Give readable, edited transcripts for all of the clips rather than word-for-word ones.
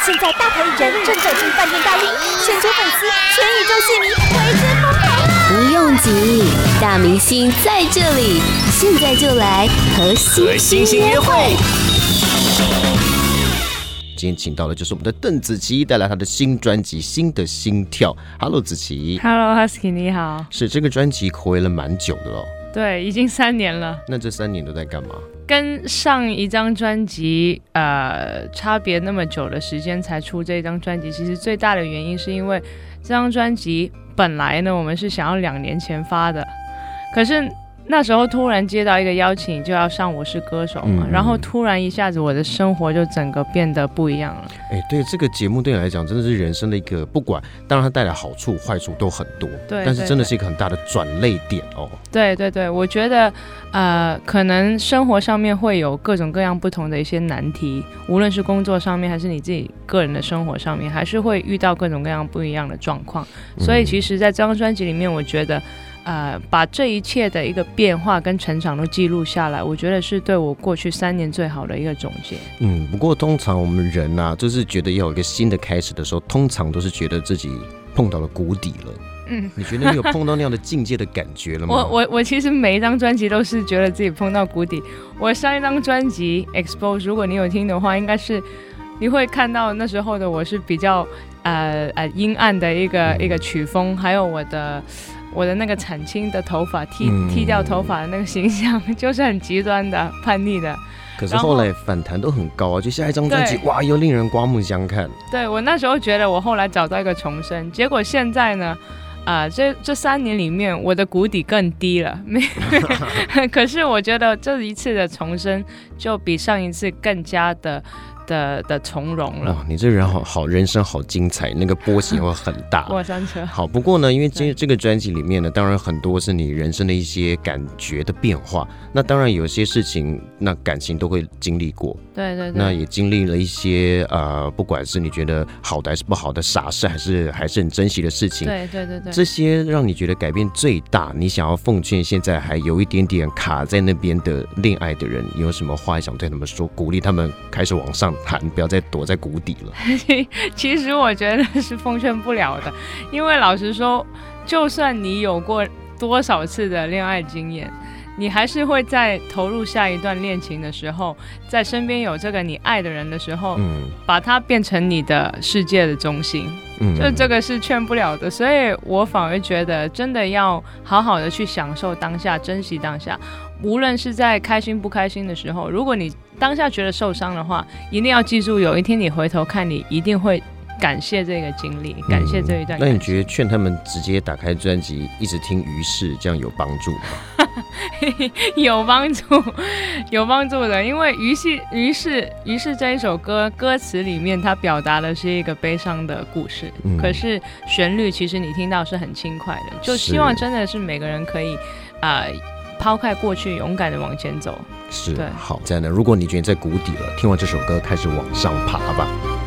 现在大牌艺人正走进饭店大厅，全球粉丝、全宇宙戏迷为之疯狂啊！ 不用急，大明星在这里，现在就来和星星约会。 今天请到的就是我们的邓紫棋，带来她的新专辑《新的心跳》。Hello， 紫棋。 Hello Husky， 你好。 是这个专辑回了蛮久的咯。 对，已经3年了。那这3年都在干嘛？ 跟上一张专辑差别那么久的时间才出这张专辑，其实最大的原因是因为这张专辑本来呢我们是想要2年前发的，可是那时候突然接到一个邀请，就要上《我是歌手》嘛，然后突然一下子我的生活就整个变得不一样了。 对，这个节目对你来讲真的是人生的一个，不管当然它带来好处坏处都很多，对，但是真的是一个很大的转捩点哦。 对对对，我觉得可能生活上面会有各种各样不同的一些难题，无论是工作上面还是你自己个人的生活上面，还是会遇到各种各样不一样的状况。所以其实在这张专辑里面，我觉得把这一切的一个变化跟成长都记录下来，我觉得是对我过去3年最好的一个总结。 不过通常我们人啊，就是觉得要有一个新的开始的时候，通常都是觉得自己碰到了谷底了。你觉得你有碰到那样的境界的感觉了吗？ 我其实每一张专辑都是觉得自己碰到谷底。我上一张专辑 Expose， 如果你有听的话，应该是你会看到那时候的我是比较阴暗的一个曲风，还有我的那个惨青的头发，剃掉头发的那个形象，就是很极端的叛逆的。 可是后来反弹都很高啊，就下一张专辑哇，又令人刮目相看。 对，我那时候觉得我后来找到一个重生，结果现在呢，这3年里面我的谷底更低了。可是我觉得这一次的重生就比上一次更加的从容了。 你这人好，人生好精彩，那个波形会很大。 过山车。好， 不过呢，因为这个专辑里面呢，当然很多是你人生的一些感觉的变化。那当然有些事情，那感情都会经历过。 对对对。 那也经历了一些不管是你觉得好的还是不好的傻事，还是很珍惜的事情。 对对对对。 这些让你觉得改变最大，你想要奉劝现在还有一点点卡在那边的恋爱的人，你有什么话想对他们说，鼓励他们开始往上谈，不要再躲在谷底了？ 其实我觉得是奉劝不了的，因为老实说，就算你有过多少次的恋爱经验，你还是会在投入下一段恋情的时候，在身边有这个你爱的人的时候，把它变成你的世界的中心。就这个是劝不了的，所以我反而觉得真的要好好的去享受当下，珍惜当下。无论是在开心不开心的时候，如果你当下觉得受伤的话，一定要记住，有一天你回頭看，你一定会感谢这个经历，感谢这一段感情。 那你觉得劝他们直接打开专辑一直听于是这样有帮助吗？ 有帮助，有帮助的。因为于是这一首歌歌词里面它表达的是一个悲伤的故事，可是旋律其实你听到是很轻快的，就希望真的是每个人可以抛开过去，勇敢的往前走。 是，好，这样的。如果你觉得在谷底了，听完这首歌开始往上爬吧。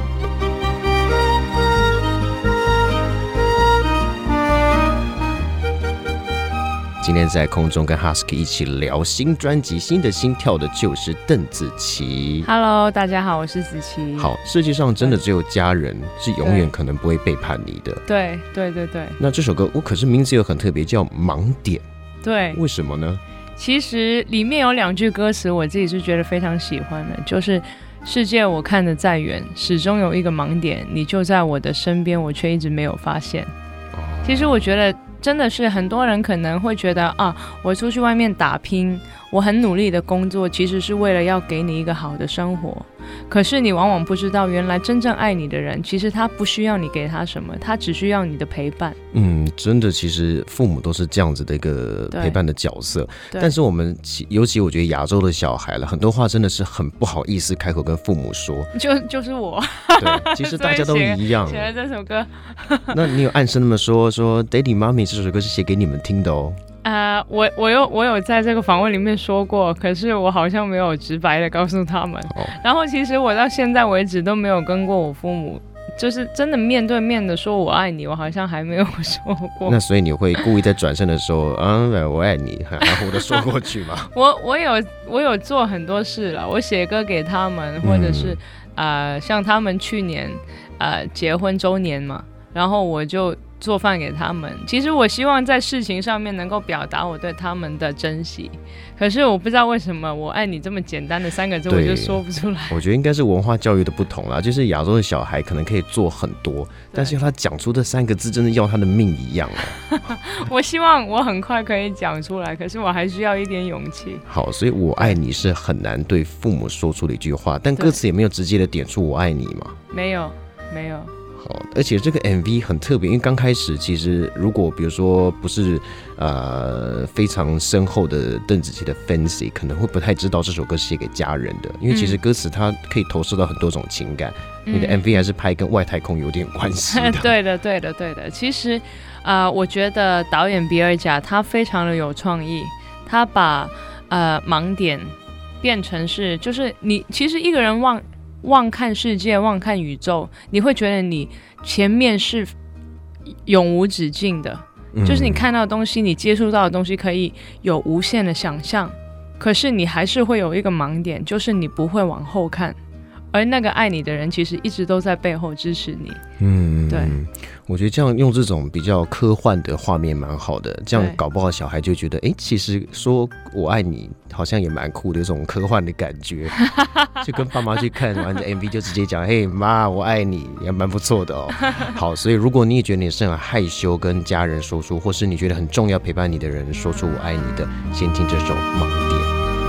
今天在空中跟 Husky 一起聊新专辑《新的心跳》的就是邓紫棋。 Hello， 大家好，我是紫棋。 好，世界上真的只有家人是永远可能不会背叛你的。 对对对对。 那这首歌可是名字又很特别，叫《盲点》。 对， 为什么呢？ 其实里面有2句歌词，我自己是觉得非常喜欢的，就是世界我看得再远，始终有一个盲点，你就在我的身边，我却一直没有发现。其实我觉得真的是很多人可能会觉得我出去外面打拼，我很努力的工作，其实是为了要给你一个好的生活。可是你往往不知道，原来真正爱你的人，其实他不需要你给他什么，他只需要你的陪伴。 真的，其实父母都是这样子的一个陪伴的角色。但是我们尤其我觉得亚洲的小孩了，很多话真的是很不好意思开口跟父母说。 就是我。 对，其实大家都一样。 写了这首歌。 那你有暗示那么说 Daddy Mommy 这首歌是写给你们听的哦？ 我有在这个访问里面说过，可是我好像没有直白的告诉他们。然后其实我到现在为止都没有跟过我父母，就是真的面对面的说我爱你，我好像还没有说过。 那所以你会故意在转身的时候我爱你，含糊的说过去吗？ 我有做很多事了，我写歌给他们，或者是像他们去年结婚周年嘛，然后我就做饭给他们。其实我希望在事情上面能够表达我对他们的珍惜，可是我不知道为什么我爱你这么简单的3个字我就说不出来。 我觉得应该是文化教育的不同啦，就是亚洲的小孩可能可以做很多，但是他讲出这3个字真的要他的命一样我希望我很快可以讲出来，可是我还需要一点勇气。 好，所以我爱你是很难对父母说出的一句话，但歌词也没有直接的点出我爱你嘛。没有。 好，而且这个 MV 很特别，因为刚开始其实如果比如说不是非常深厚的邓紫棋的 Fancy， 可能会不太知道这首歌是写给家人的，因为其实歌词它可以投射到很多种情感。你的 MV 还是拍跟外太空有点关系的。 对的。其实我觉得导演比尔贾他非常的有创意，他把盲点变成是就是你其实一个人望看世界，望看宇宙，你会觉得你前面是永无止境的，就是你看到的东西，你接触到的东西可以有无限的想象，可是你还是会有一个盲点，就是你不会往后看，而那个爱你的人其实一直都在背后支持你。对， 我觉得这样用这种比较科幻的画面蛮好的，这样搞不好小孩就觉得其实说我爱你好像也蛮酷的，有种科幻的感觉就跟爸妈去看完的 MV 就直接讲嘿妈我爱你，也蛮不错的哦。好，所以如果你也觉得你是很害羞跟家人说出，或是你觉得很重要陪伴你的人说出我爱你的，先听这首盲点。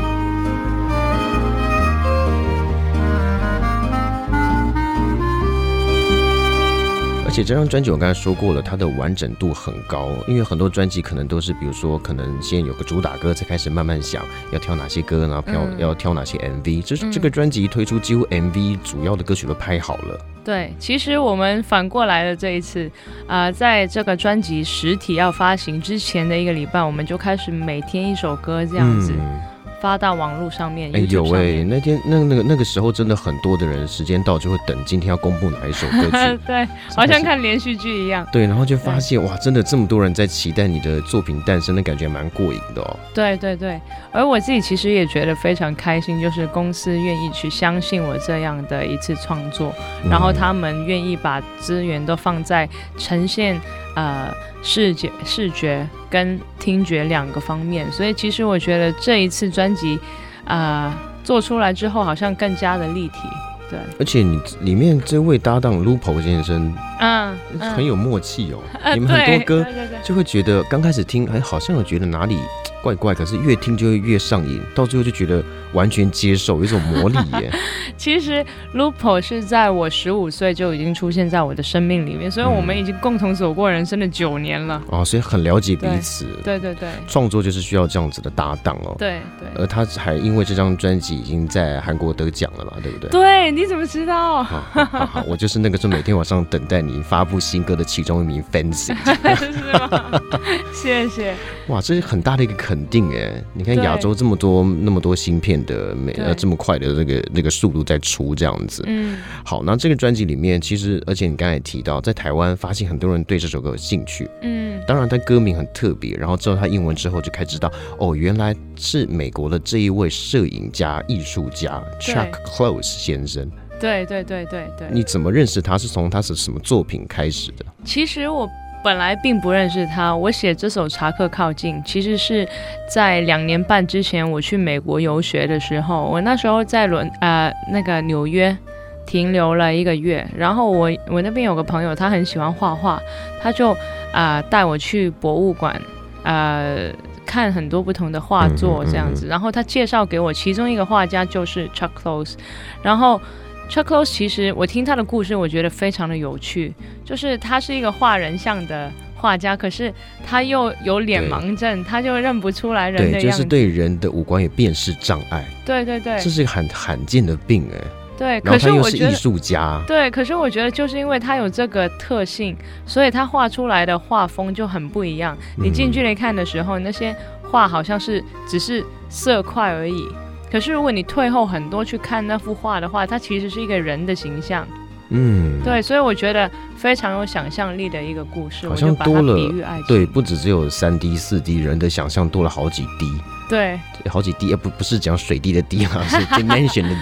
而且这张专辑我刚才说过了，它的完整度很高，因为很多专辑可能都是比如说可能先有个主打歌才开始慢慢想要挑哪些歌，然后要挑哪些 MV， 这个专辑推出几乎 MV 主要的歌曲都拍好了。 对，其实我们反过来的这一次在这个专辑实体要发行之前的1个礼拜，我们就开始每天1首歌这样子发到网络上面。 有那天那个时候真的很多的人时间到就会等今天要公布哪一首歌曲对，好像看连续剧一样。 对，然后就发现哇，真的这么多人在期待你的作品诞生，那感觉蛮过瘾的哦。 对，而我自己其实也觉得非常开心，就是公司愿意去相信我这样的一次创作，然后他们愿意把资源都放在呈现视觉跟听觉2个方面，所以其实我觉得这一次专辑做出来之后好像更加的立体。对， 而且你里面这位搭档 Lupo 先生很有默契哦。你们很多歌就会觉得刚开始听好像有觉得哪里怪怪，可是越听就会越上瘾，到最后就觉得完全接受，有一种魔力耶。 其实 Lupo 是在我15岁就已经出现在我的生命里面，所以我们已经共同走过人生的9年了。 所以很了解彼此。对，创作就是需要这样子的搭档哦。对，而他还因为这张专辑已经在韩国得奖了嘛，对不对？ 对，你怎么知道？ 好，我就是那个时候每天晚上等待你发布新歌的其中一名 Fancy。 是吗？谢谢。 哇，这是很大的一个肯定耶！你看亚洲这么多那么多新片的这么快的那个速度在出这样子。好，那这个专辑里面其实，而且你刚才提到在台湾发现很多人对这首歌有兴趣。当然它歌名很特别，然后知道它英文之后就开始知道原来是美国的这一位摄影家艺术家 Chuck Close 先生。对，你怎么认识他？是从他是什么作品开始的？ 其实我本来并不认识他，我写这首《查克靠近》其实是在2年半之前我去美国游学的时候，我那时候在那个纽约停留了1个月，然后我那边有个朋友他很喜欢画画，他就带我去博物馆看很多不同的画作这样子，然后他介绍给我其中一个画家就是 Chuck Close， 然后Chuck Close 其实我听他的故事我觉得非常的有趣，就是他是一个画人像的画家，可是他又有脸盲症，他就认不出来人的样子。 对，就是对人的五官有辨识障碍。对，这是一个很罕见的病哎。 对， 然后他又是艺术家。 对，可是我觉得就是因为他有这个特性，所以他画出来的画风就很不一样。你近距离看的时候，那些画好像是只是色块而已。可是如果你退后很多去看那幅画的话，它其实是一个人的形象。对，所以我觉得非常有想象力的一个故事， 好像多了， 我就把它比喻爱情。 对，不只有3D、4D， 人的想象多了好几 D。 对， 好几 D， 不是讲水滴的滴啦，是 dimension 的 D。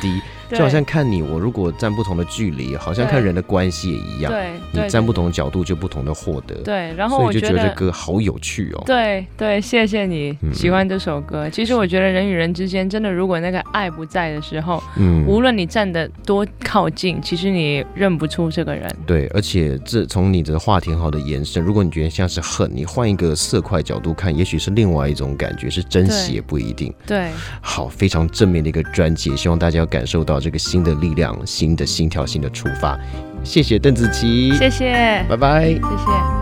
就好像看你我如果站不同的距离，好像看人的关系也一样， 对， 你站不同的角度就不同的获得。 对，然后所以就觉得这歌好有趣哦。 对对，谢谢你喜欢这首歌。其实我觉得人与人之间真的，如果那个爱不在的时候，无论你站得多靠近，其实你认不出这个人。 对，而且这从你的话题很好的延伸，如果你觉得像是恨，你换一个色块角度看，也许是另外一种感觉，是珍惜也不一定。 对， 好，非常正面的一个专辑，希望大家要感受到这个新的力量、新的心跳、新的出发。谢谢邓紫棋， 谢谢， 拜拜， 谢谢。